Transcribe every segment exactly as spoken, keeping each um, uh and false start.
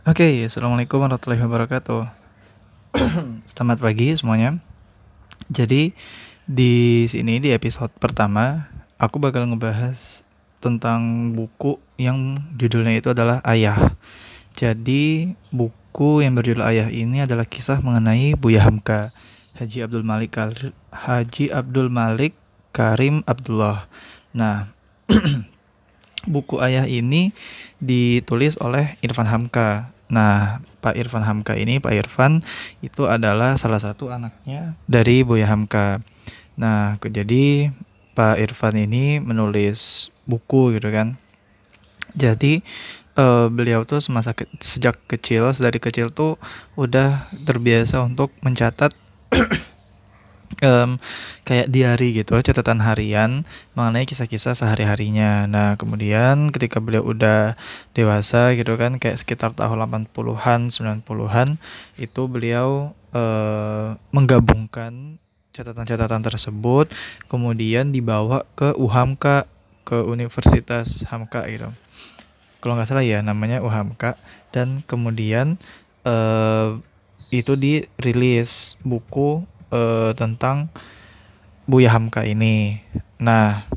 Oke, assalamualaikum warahmatullahi wabarakatuh. Selamat pagi semuanya. Jadi di sini di episode pertama aku bakal ngebahas tentang buku yang judulnya itu adalah Ayah. Jadi buku yang berjudul Ayah ini adalah kisah mengenai Buya Hamka, Haji Abdul Malik Kar- Haji Abdul Malik Karim Abdullah. Nah, buku Ayah ini ditulis oleh Irfan Hamka. Nah, Pak Irfan Hamka ini, Pak Irfan itu adalah salah satu anaknya dari Buya Hamka. Nah, ke- jadi Pak Irfan ini menulis buku gitu kan. Jadi eh, beliau tuh semasa ke- sejak kecil, dari kecil tuh udah terbiasa untuk mencatat em, kayak diary gitu, catatan harian mengenai kisah-kisah sehari-harinya. Nah, kemudian ketika beliau udah dewasa gitu kan, kayak sekitar tahun delapan puluhan, sembilan puluhan, itu beliau eh, menggabungkan catatan-catatan tersebut, kemudian dibawa ke U Hamka, ke Universitas Hamka gitu. Kalau nggak salah ya namanya U Hamka, dan kemudian eh, itu dirilis buku eh, tentang Buya Hamka ini. Nah,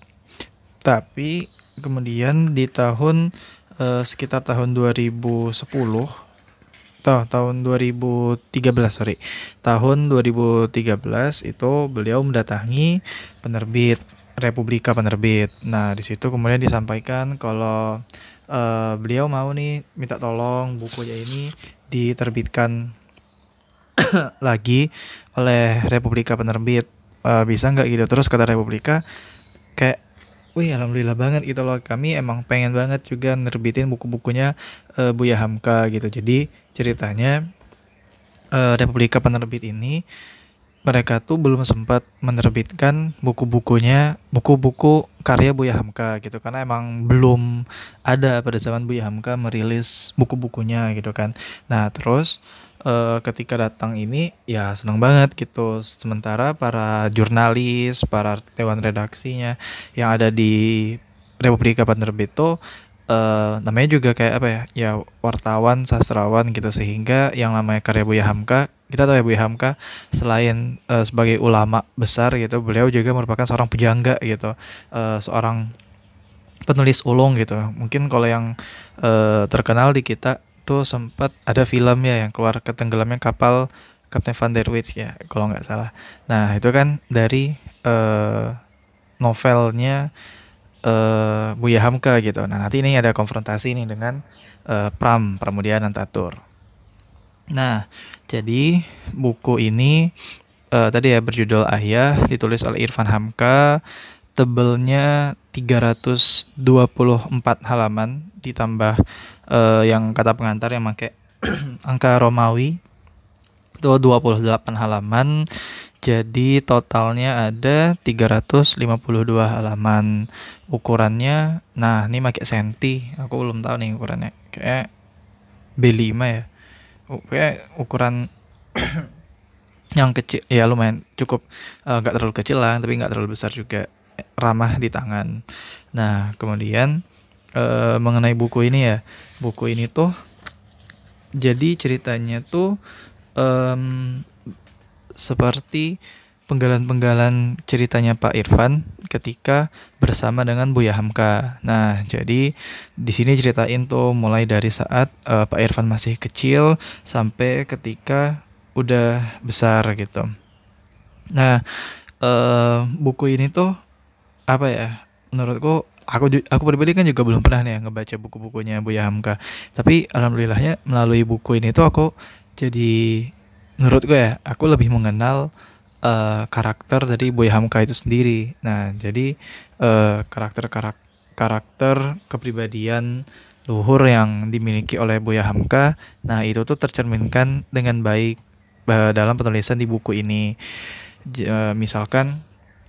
tapi kemudian di tahun eh, sekitar tahun dua ribu sepuluh, toh tahun dua ribu tiga belas, sorry. Tahun dua ribu tiga belas itu beliau mendatangi penerbit Republika Penerbit. Nah, di situ kemudian disampaikan kalau eh, beliau mau nih minta tolong bukunya ini diterbitkan lagi oleh Republika Penerbit. Eh, bisa nggak gitu? Terus kata Republika kayak, wih alhamdulillah banget gitu loh, kami emang pengen banget juga nerbitin buku-bukunya eh, Buya Hamka gitu. Jadi ceritanya eh, Republika Penerbit ini mereka tuh belum sempat menerbitkan buku-bukunya, buku-buku karya Buya Hamka gitu, karena emang belum ada pada zaman Buya Hamka merilis buku-bukunya gitu kan. Nah, terus eh, ketika datang ini ya seneng banget gitu. Sementara para jurnalis, para dewan redaksinya yang ada di Republika Penerbit tuh eh, namanya juga kayak apa ya? Ya wartawan, sastrawan gitu, sehingga yang namanya karya Buya Hamka, kita tahu ya Buya Hamka selain eh, sebagai ulama besar gitu, beliau juga merupakan seorang pujangga gitu, eh, seorang penulis ulung gitu. Mungkin kalau yang eh, terkenal di kita tuh sempat ada film ya yang keluar, ketenggelamnya kapal Kapten Van der Wijk ya kalau nggak salah. Nah, itu kan dari eh, novelnya eh, Buya Hamka gitu. Nah, nanti ini ada konfrontasi nih dengan eh, Pram Pramudia Anantatur. Nah, jadi buku ini eh, tadi ya berjudul Ayah, ditulis oleh Irfan Hamka, tebelnya tiga ratus dua puluh empat halaman, ditambah eh, yang kata pengantar yang pakai angka Romawi itu dua puluh delapan halaman. Jadi totalnya ada tiga ratus lima puluh dua halaman. Ukurannya, nah ini pakai senti, aku belum tahu nih ukurannya. Kayak B lima ya. Kayak ukuran yang kecil ya, lumayan cukup, eh, nggak uh, terlalu kecil lah tapi nggak terlalu besar juga, ramah di tangan. Nah, kemudian uh, mengenai buku ini ya, buku ini tuh jadi ceritanya tuh um, seperti penggalan-penggalan ceritanya Pak Irfan ketika bersama dengan Buya Hamka. Nah, jadi di sini ceritain tuh mulai dari saat uh, Pak Irfan masih kecil sampai ketika udah besar gitu. Nah, eh buku ini tuh apa ya? Menurutku, aku aku pribadi kan juga belum pernah nih ya ngebaca buku-bukunya Buya Hamka. Tapi alhamdulillahnya melalui buku ini tuh aku jadi, menurutku ya, aku lebih mengenal eh, karakter dari Buya Hamka itu sendiri. Nah, jadi eh, karakter karak karakter kepribadian luhur yang dimiliki oleh Buya Hamka, nah itu tuh tercerminkan dengan baik eh, dalam penulisan di buku ini. J- eh, misalkan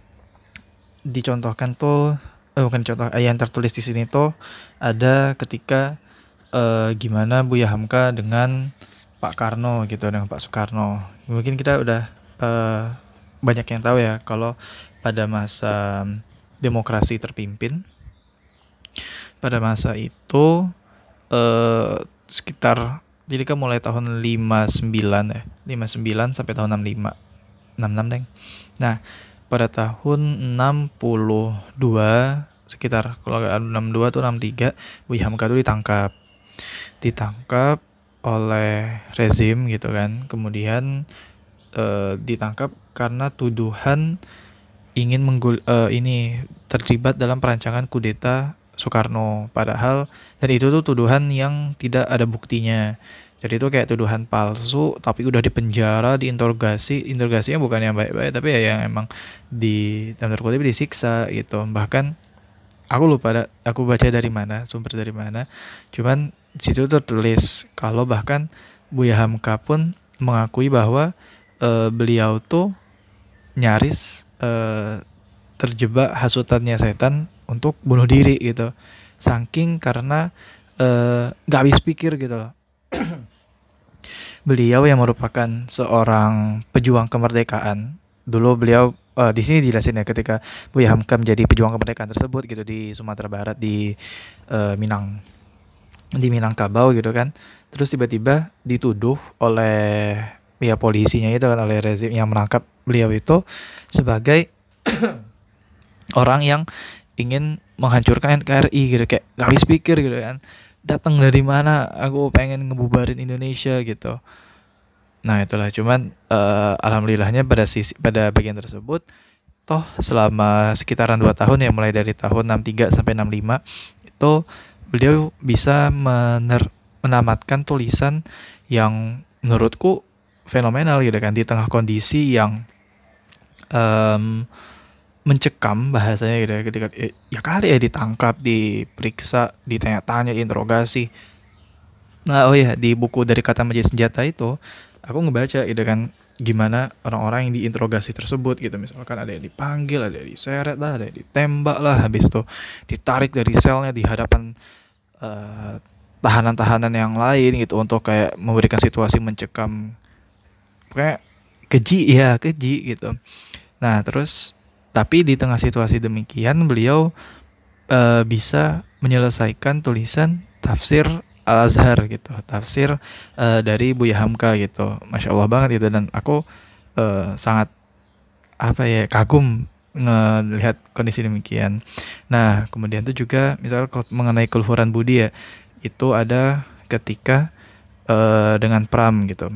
dicontohkan tuh, eh, bukan contoh, eh, yang tertulis di sini tuh ada ketika eh, gimana Buya Hamka dengan Pak Karno gitu, dengan Pak Soekarno. Mungkin kita udah eh, banyak yang tahu ya kalau pada masa demokrasi terpimpin, pada masa itu eh, sekitar, jadi kan mulai tahun lima puluh sembilan ya, lima puluh sembilan sampai tahun enam puluh lima, enam puluh enam deng. Nah, pada tahun enam puluh dua sekitar, kalau nggak enam puluh dua tuh enam puluh tiga, Buya Hamka tuh ditangkap. Ditangkap oleh rezim gitu kan. Kemudian eh, ditangkap karena tuduhan ingin menggul eh, ini terlibat dalam perancangan kudeta Soekarno, padahal dan itu tuh tuduhan yang tidak ada buktinya. Jadi itu kayak tuduhan palsu, tapi udah dipenjara, diinterogasi, interogasinya bukan yang baik-baik, tapi ya yang emang di dalam tanda kutip disiksa gitu. Bahkan aku lupa ada, aku baca dari mana, sumber dari mana. Cuman di situ tertulis kalau bahkan Buya Hamka pun mengakui bahwa eh, beliau tuh nyaris eh, terjebak hasutannya setan untuk bunuh diri gitu, saking karena eh, nggak habis pikir gitu loh. Beliau yang merupakan seorang pejuang kemerdekaan, dulu beliau eh, di sini dijelasin ya, ketika Buya Hamka menjadi pejuang kemerdekaan tersebut gitu di Sumatera Barat, di eh, Minang, di Minangkabau gitu kan. Terus tiba-tiba dituduh oleh ya polisinya itu kan, oleh rezim yang menangkap beliau itu sebagai orang yang ingin menghancurkan N K R I gitu, kayak gak habis pikir gitu kan, datang dari mana aku pengen ngebubarin Indonesia gitu. Nah itulah, cuman uh, alhamdulillahnya pada sisi pada bagian tersebut toh selama sekitaran dua tahun ya, mulai dari tahun enam puluh tiga sampai enam puluh lima itu beliau bisa mener, menamatkan tulisan yang menurutku fenomenal gitu kan, di tengah kondisi yang um, mencekam bahasanya gitu ya, ketika eh, ya kali ya ditangkap, diperiksa, ditanya-tanya, diinterogasi. Nah oh ya, di buku Dari Kata Menjadi Senjata itu aku ngebaca gitu kan, gimana orang-orang yang diinterogasi tersebut gitu. Misalkan ada yang dipanggil, ada yang diseret lah, ada yang ditembak lah, habis itu ditarik dari selnya di hadapan uh, tahanan-tahanan yang lain gitu, untuk kayak memberikan situasi mencekam, kayak keji ya, keji gitu. Nah terus tapi di tengah situasi demikian beliau uh, bisa menyelesaikan tulisan tafsir Al-Azhar gitu, tafsir uh, dari Buya Hamka gitu. Masya Allah banget itu, dan aku uh, sangat apa ya, kagum ngelihat kondisi demikian. Nah kemudian itu juga misalnya mengenai keluhuran budi ya, itu ada ketika uh, dengan Pram gitu.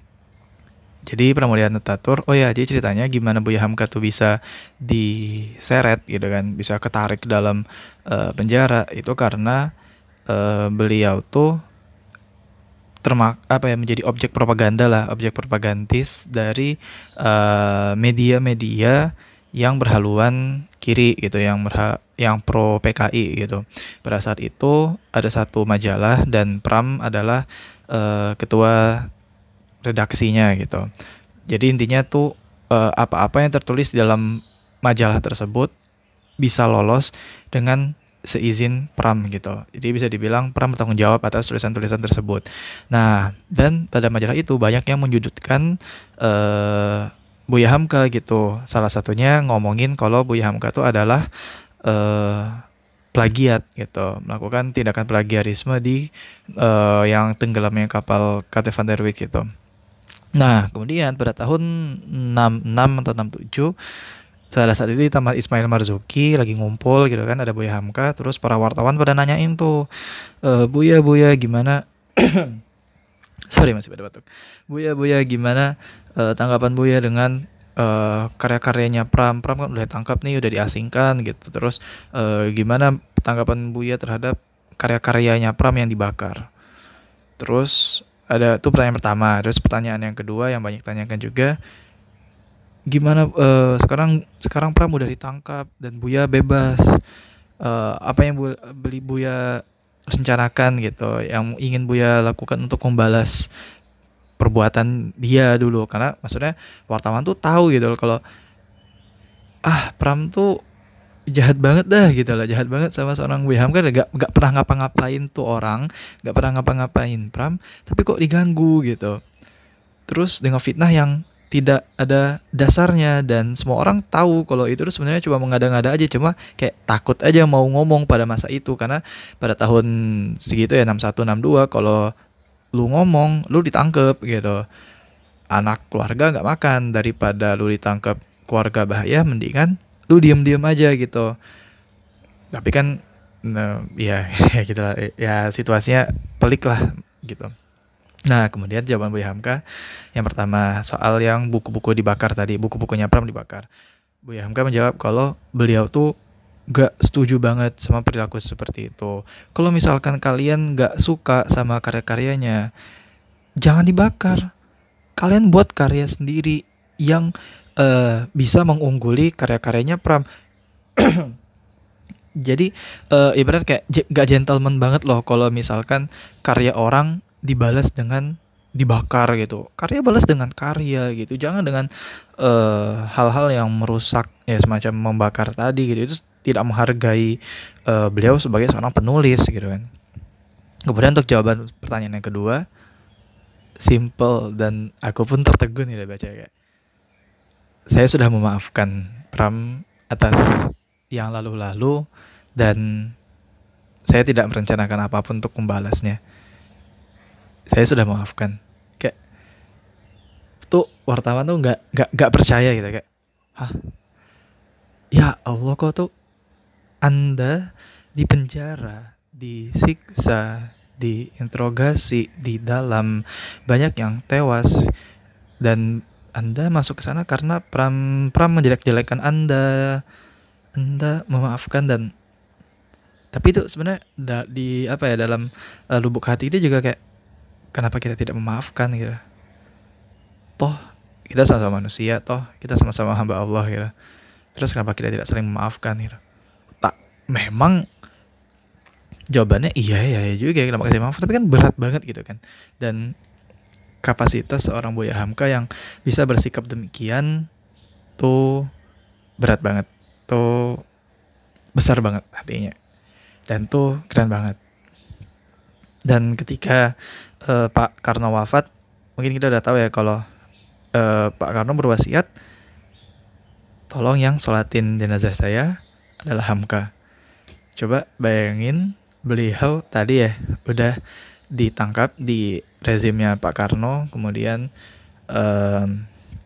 Jadi Pramudia Anantatur, oh ya, jadi ceritanya gimana Buya Hamka tuh bisa diseret gitu kan, bisa ketarik dalam uh, penjara, itu karena uh, beliau tuh termak apa ya, menjadi objek propaganda lah, objek propagandis dari uh, media-media yang berhaluan kiri gitu, yang berha yang pro P K I gitu. Pada saat itu ada satu majalah dan Pram adalah uh, ketua redaksinya gitu. Jadi intinya tuh uh, apa-apa yang tertulis di dalam majalah tersebut bisa lolos dengan seizin Pram gitu. Jadi bisa dibilang Pram bertanggung jawab atas tulisan-tulisan tersebut. Nah, dan pada majalah itu banyak yang menyudutkan uh, Buya Hamka gitu. Salah satunya ngomongin kalau Buya Hamka itu adalah uh, plagiat gitu, melakukan tindakan plagiarisme di uh, yang tenggelamnya kapal Kate van der Wijk gitu. Nah, kemudian pada tahun enam puluh enam atau enam puluh tujuh, salah satu itu di Taman Ismail Marzuki lagi ngumpul gitu kan, ada Buya Hamka, terus para wartawan pada nanyain tuh, e, Buya, Buya gimana, sorry masih pada batuk, Buya, Buya gimana e, tanggapan Buya dengan e, karya-karyanya Pram, Pram kan udah ditangkap nih, udah diasingkan gitu, terus e, gimana tanggapan Buya terhadap karya-karyanya Pram yang dibakar. Terus ada tuh pertanyaan pertama, terus pertanyaan yang kedua yang banyak tanyakan juga, gimana uh, sekarang sekarang Pram udah ditangkap dan Buya bebas, uh, apa yang bu, beli Buya rencanakan gitu, yang ingin Buya lakukan untuk membalas perbuatan dia dulu. Karena maksudnya wartawan tuh tahu gitu loh kalau ah Pram tuh jahat banget dah gitu lah, jahat banget sama seorang Buya Hamka, gak, gak pernah ngapa-ngapain tuh orang, gak pernah ngapa-ngapain Pram, tapi kok diganggu gitu. Terus dengan fitnah yang tidak ada dasarnya, dan semua orang tahu kalau itu tuh sebenarnya cuma mengada-ngada aja, cuma kayak takut aja mau ngomong pada masa itu, karena pada tahun segitu ya enam satu enam dua, kalau lu ngomong lu ditangkep gitu, anak keluarga nggak makan, daripada lu ditangkep keluarga bahaya, mendingan lu diem-diem aja gitu. Tapi kan nah, ya ya gitu lah, ya situasinya pelik lah gitu. Nah, kemudian jawaban Buya Hamka yang pertama soal yang buku-buku dibakar tadi, buku-bukunya Pram dibakar. Buya Hamka menjawab kalau beliau tuh gak setuju banget sama perilaku seperti itu. Kalau misalkan kalian gak suka sama karya-karyanya, jangan dibakar. Kalian buat karya sendiri yang uh, bisa mengungguli karya-karyanya Pram. Jadi uh, ibarat kayak gak gentleman banget loh kalau misalkan karya orang dibalas dengan dibakar gitu. Karya balas dengan karya gitu. Jangan dengan uh, hal-hal yang merusak ya, semacam membakar tadi gitu. Itu tidak menghargai uh, beliau sebagai seorang penulis gitu kan. Kemudian untuk jawaban pertanyaan yang kedua, simple dan aku pun tertegun ya baca kayak. Saya sudah memaafkan Pram atas yang lalu-lalu dan saya tidak merencanakan apapun untuk membalasnya. Saya sudah memaafkan. Kayak tuh wartawan tuh nggak nggak nggak percaya gitu kayak, hah, ya Allah kok tuh Anda di penjara, disiksa, diinterogasi di dalam, banyak yang tewas, dan Anda masuk ke sana karena Pram Pram menjelek-jelekan Anda. Anda memaafkan, dan tapi itu sebenarnya da, di apa ya, dalam uh, lubuk hati itu juga kayak, kenapa kita tidak memaafkan gitu. Toh kita sama-sama manusia, toh kita sama-sama hamba Allah gitu. Terus kenapa kita tidak saling memaafkan gitu. Tak, memang jawabannya iya ya juga, kenapa kasih maaf, tapi kan berat banget gitu kan. Dan kapasitas seorang Buya Hamka yang bisa bersikap demikian tuh berat banget, tuh besar banget hatinya, dan tuh keren banget. Dan ketika uh, Pak Karno wafat, mungkin kita udah tahu ya kalau uh, Pak Karno berwasiat, tolong yang sholatin jenazah saya adalah Hamka. Coba bayangin, beliau tadi ya udah ditangkap di rezimnya Pak Karno, kemudian um,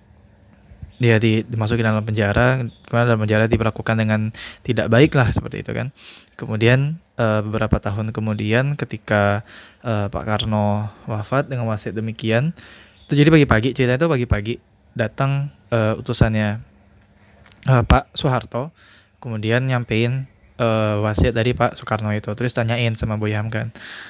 dia di, dimasukin dalam penjara, kemudian dalam penjara diperlakukan dengan tidak baik lah seperti itu kan. Kemudian uh, beberapa tahun kemudian ketika uh, Pak Karno wafat dengan wasiat demikian, itu jadi pagi-pagi, cerita itu pagi-pagi datang uh, utusannya uh, Pak Soeharto, kemudian nyampein uh, wasiat dari Pak Soekarno itu, terus tanyain sama Buya Hamka,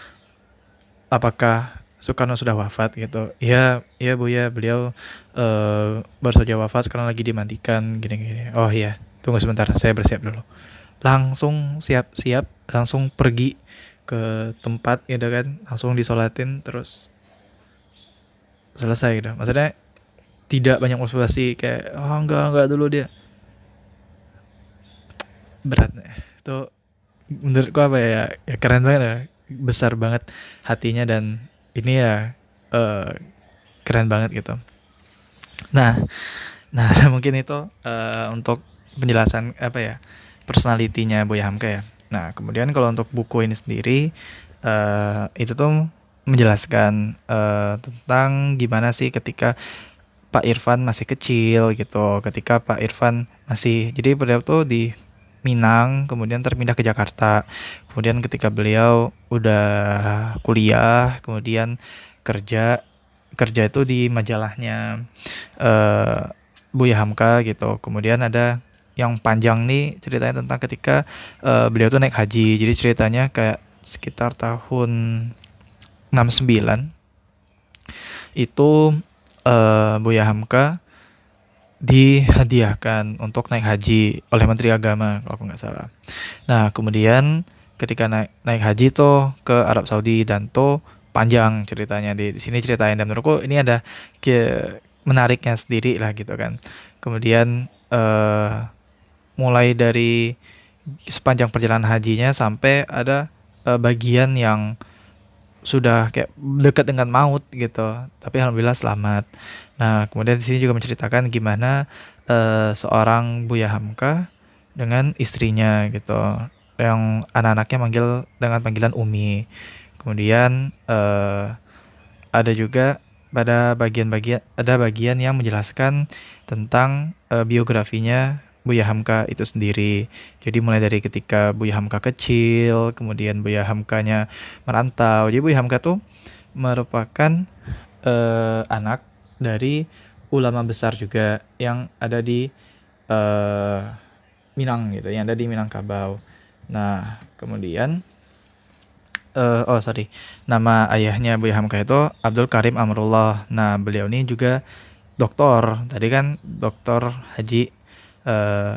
apakah Soekarno sudah wafat gitu. Iya, iya Bu ya, beliau uh, baru saja wafat, sekarang lagi dimandikan gini-gini. Oh iya, tunggu sebentar, saya bersiap dulu. Langsung siap-siap, langsung pergi ke tempat gitu kan, langsung disolatin, terus selesai gitu. Maksudnya tidak banyak observasi kayak, oh enggak, enggak dulu dia. Berat nih. Itu menurutku apa ya, ya keren banget ya, besar banget hatinya, dan ini ya uh, keren banget gitu. Nah, nah mungkin itu uh, untuk penjelasan apa ya, personalitinya Buya Hamka ya. Nah, kemudian kalau untuk buku ini sendiri, uh, itu tuh menjelaskan uh, tentang gimana sih ketika Pak Irfan masih kecil gitu. Ketika Pak Irfan masih, jadi beliau tuh di Minang, kemudian terpindah ke Jakarta. Kemudian ketika beliau udah kuliah, kemudian kerja, kerja itu di majalahnya uh, Buya Hamka gitu. Kemudian ada yang panjang nih ceritanya tentang ketika uh, beliau tuh naik haji. Jadi ceritanya kayak sekitar tahun enam sembilan itu uh, Buya Hamka dihadiahkan untuk naik haji oleh Menteri Agama kalau aku nggak salah. Nah, kemudian ketika naik naik haji tuh ke Arab Saudi, dan tuh panjang ceritanya di, di sini ceritain, dan menurutku ini ada ke menariknya sendiri lah gitu kan. Kemudian uh, mulai dari sepanjang perjalanan hajinya sampai ada uh, bagian yang sudah kayak dekat dengan maut gitu, tapi alhamdulillah selamat. Nah, kemudian di sini juga menceritakan gimana eh, seorang Buya Hamka dengan istrinya gitu, yang anak-anaknya manggil dengan panggilan Umi. Kemudian eh, ada juga pada bagian-bagian ada bagian yang menjelaskan tentang eh, biografinya Buya Hamka itu sendiri. Jadi mulai dari ketika Buya Hamka kecil, kemudian Buya Hamkanya merantau. Jadi Buya Hamka tuh merupakan eh, anak dari ulama besar juga yang ada di eh, Minang gitu, yang ada di Minangkabau. Nah, kemudian eh oh sorry, nama ayahnya Buya Hamka itu Abdul Karim Amrullah. Nah, beliau ini juga doktor. Tadi kan doktor Haji eh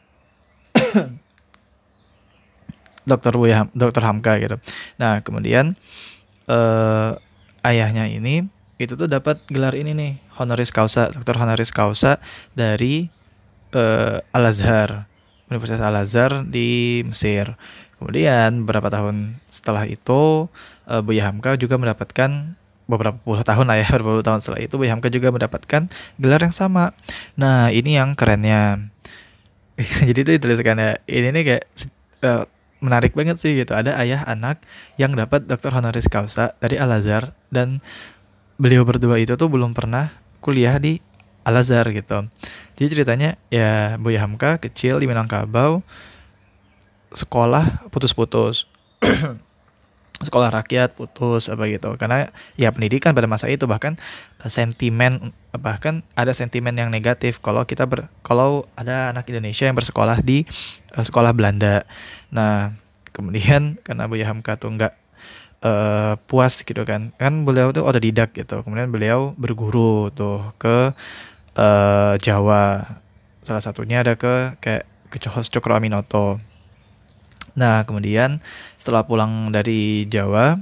dokter Buya Ham- dokter Hamka gitu. Nah, kemudian eh ayahnya ini itu tuh dapat gelar ini nih, honoris causa, dokter honoris causa dari eh, Al-Azhar, Universitas Al-Azhar di Mesir. Kemudian beberapa tahun setelah itu eh, Buya Hamka juga mendapatkan beberapa puluh tahun lah ya, beberapa puluh tahun setelah itu Buya Hamka juga mendapatkan gelar yang sama. Nah, ini yang kerennya. Jadi itu dituliskan ini nih kayak eh, menarik banget sih gitu. Ada ayah anak yang dapat doktor honoris causa dari Al-Azhar, dan beliau berdua itu tuh belum pernah kuliah di Al-Azhar gitu. Jadi ceritanya ya Buya Hamka kecil di Minangkabau, sekolah putus-putus. Sekolah rakyat putus apa gitu, karena ya pendidikan pada masa itu bahkan eh, sentimen bahkan ada sentimen yang negatif kalau kita ber, kalau ada anak Indonesia yang bersekolah di eh, sekolah Belanda. Nah, kemudian karena Buya Hamka tuh nggak eh, puas gitu kan kan beliau tuh otodidak gitu, kemudian beliau berguru tuh ke eh, Jawa, salah satunya ada ke kayak ke Cokro Aminoto. Nah, kemudian setelah pulang dari Jawa,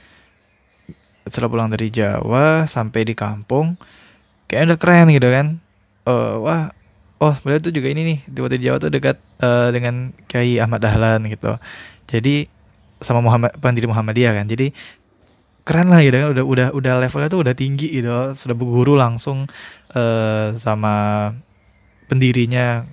setelah pulang dari Jawa sampai di kampung, kayaknya udah keren gitu kan. Eh wah, oh beliau tuh juga ini nih, di waktu di Jawa tuh dekat eh, dengan Kiai Ahmad Dahlan gitu. Jadi sama Muhammad pendiri Muhammadiyah kan. Jadi keren lah gitu kan, udah udah udah levelnya tuh udah tinggi gitu, sudah berguru langsung eh, sama pendirinya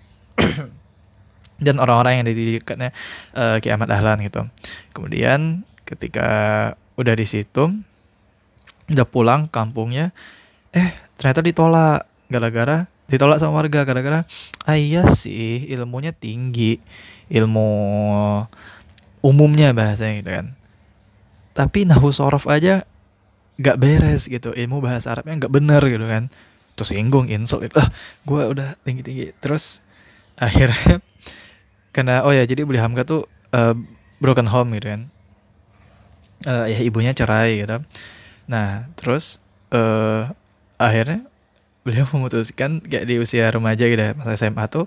dan orang-orang yang ada di dekatnya uh, Ki Ahmad Dahlan gitu. Kemudian ketika udah di situ, udah pulang kampungnya, eh ternyata ditolak gara-gara ditolak sama warga gara-gara ah iya sih ilmunya tinggi, ilmu umumnya bahasanya gitu kan. Tapi nahu sorof aja gak beres gitu, ilmu bahasa Arabnya gak bener gitu kan. Terus singgung, insult gitu. Ah, gue udah tinggi-tinggi. Terus akhirnya karena oh ya jadi Buya Hamka tuh uh, broken home gitu kan, uh, ya ibunya cerai gitu. Nah terus uh, akhirnya beliau memutuskan kayak di usia remaja gitu ya, masa S M A tuh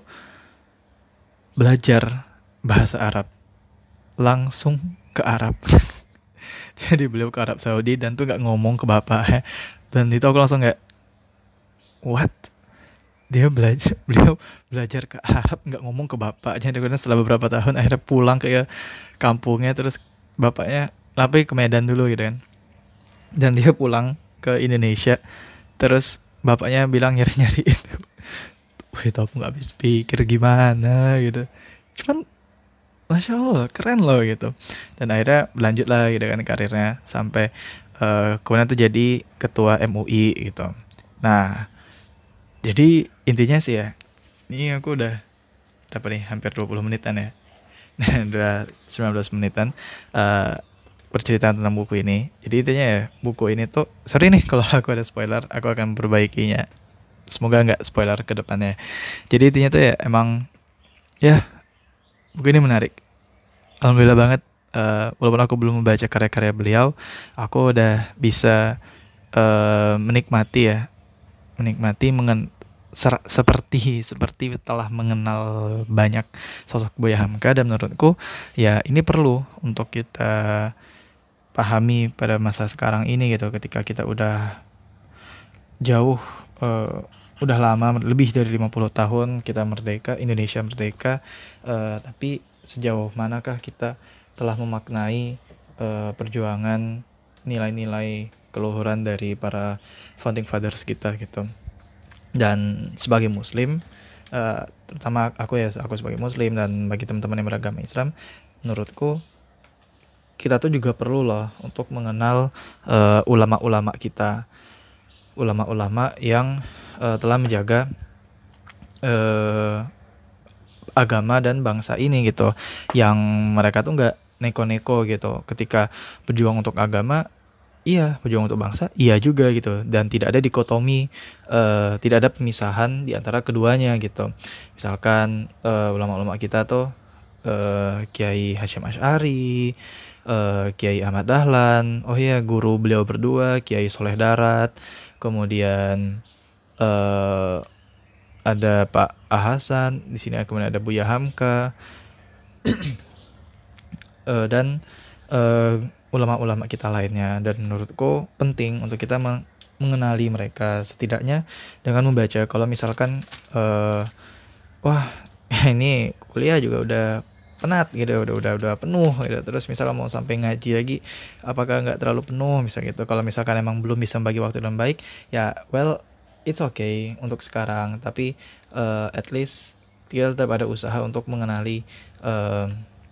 belajar bahasa Arab langsung ke Arab. Jadi beliau ke Arab Saudi dan tuh nggak ngomong ke bapaknya, dan itu aku langsung kayak what, dia belajar beliau belajar ke Arab nggak ngomong ke bapaknya. Dan setelah beberapa tahun akhirnya pulang ke kampungnya, terus bapaknya lapor ke Medan dulu gitu kan, dan dia pulang ke Indonesia, terus bapaknya bilang nyari-nyari itu. Wah, itu aku nggak habis pikir gimana gitu, cuman masya Allah keren loh gitu. Dan akhirnya berlanjut lah gitu kan karirnya sampai uh, kemudian tuh jadi ketua M U I gitu. Nah, jadi intinya sih ya, ini aku udah dapat nih hampir dua puluh menitan ya. Nah, udah sembilan belas menitan uh, perceritaan tentang buku ini. Jadi intinya ya, buku ini tuh, sorry nih kalau aku ada spoiler, aku akan perbaikinya. Semoga nggak spoiler ke depannya. Jadi intinya tuh ya emang ya buku ini menarik. Alhamdulillah banget. Uh, walaupun aku belum membaca karya-karya beliau, aku udah bisa uh, menikmati ya, menikmati mengen ser- seperti seperti telah mengenal banyak sosok Buya Hamka. Dan menurutku ya ini perlu untuk kita pahami pada masa sekarang ini gitu, ketika kita udah jauh uh, udah lama, lebih dari lima puluh tahun kita merdeka, Indonesia merdeka, uh, tapi sejauh manakah kita telah memaknai uh, perjuangan nilai-nilai keluhuran dari para founding fathers kita gitu. Dan sebagai muslim, uh, terutama aku ya aku sebagai muslim dan bagi teman-teman yang beragama Islam, menurutku kita tuh juga perlu loh untuk mengenal uh, ulama-ulama kita, ulama-ulama yang uh, telah menjaga uh, agama dan bangsa ini gitu, yang mereka tuh nggak neko-neko gitu ketika berjuang untuk agama. Iya, berjuang untuk bangsa, iya juga gitu, dan tidak ada dikotomi, uh, tidak ada pemisahan di antara keduanya gitu. Misalkan uh, ulama-ulama kita tuh uh, Kiai Hasyim Asy'ari, uh, Kiai Ahmad Dahlan, oh iya guru beliau berdua Kiai Soleh Darat, kemudian uh, ada Pak Ahasan di sini, kemudian ada Buya Hamka, uh, dan uh, ulama-ulama kita lainnya. Dan menurutku penting untuk kita mengenali mereka setidaknya dengan membaca. Kalau misalkan uh, wah ini kuliah juga udah penat gitu, udah udah udah penuh gitu, terus misalnya mau sampai ngaji lagi apakah nggak terlalu penuh misal gitu. Kalau misalkan emang belum bisa bagi waktu dengan baik, ya well it's okay untuk sekarang, tapi uh, at least kita tetap ada usaha untuk mengenali uh,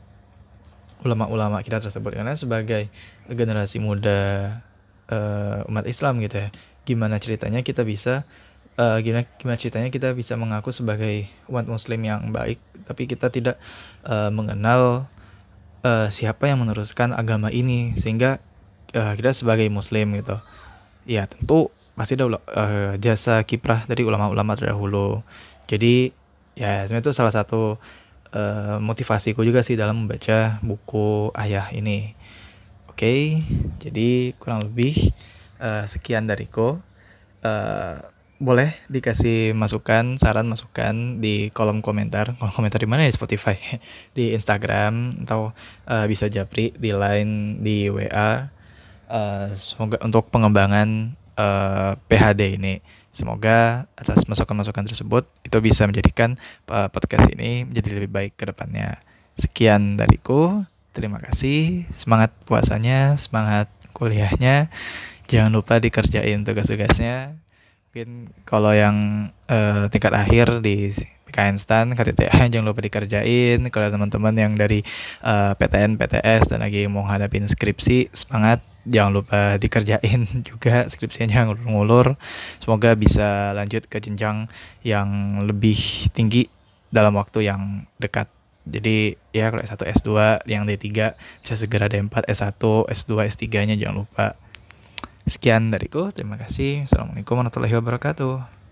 ulama-ulama kita tersebut, karena sebagai generasi muda uh, umat Islam gitu ya, gimana ceritanya kita bisa uh, gimana gimana ceritanya kita bisa mengaku sebagai umat muslim yang baik tapi kita tidak uh, mengenal uh, siapa yang meneruskan agama ini, sehingga uh, kita sebagai muslim gitu ya tentu pasti ada uh, jasa kiprah dari ulama-ulama terdahulu. Jadi ya sebenarnya itu salah satu Uh, motivasiku juga sih dalam membaca buku Ayah ini. Oke, okay, jadi kurang lebih uh, sekian dariku. Uh, boleh dikasih masukan, saran masukan di kolom komentar. Kolom komentar di mana ya? Di Spotify, di Instagram, atau uh, bisa japri di Line, di W A. Uh, semoga untuk pengembangan uh, P H D ini. Semoga atas masukan-masukan tersebut itu bisa menjadikan uh, podcast ini menjadi lebih baik ke depannya. Sekian dariku. Terima kasih. Semangat puasanya, semangat kuliahnya. Jangan lupa dikerjain tugas-tugasnya. Mungkin kalau yang uh, tingkat akhir di P K N STAN, K T T A jangan lupa dikerjain. Kalau teman-teman yang dari uh, P T N, P T S dan lagi mau hadapin skripsi, semangat. Jangan lupa dikerjain juga skripsinya, jangan ngulur-ngulur. Semoga bisa lanjut ke jenjang yang lebih tinggi dalam waktu yang dekat. Jadi ya kalau S satu, S dua, yang D tiga bisa segera D empat, S satu, S dua, S tiga nya jangan lupa. Sekian dariku, terima kasih. Assalamualaikum warahmatullahi wabarakatuh.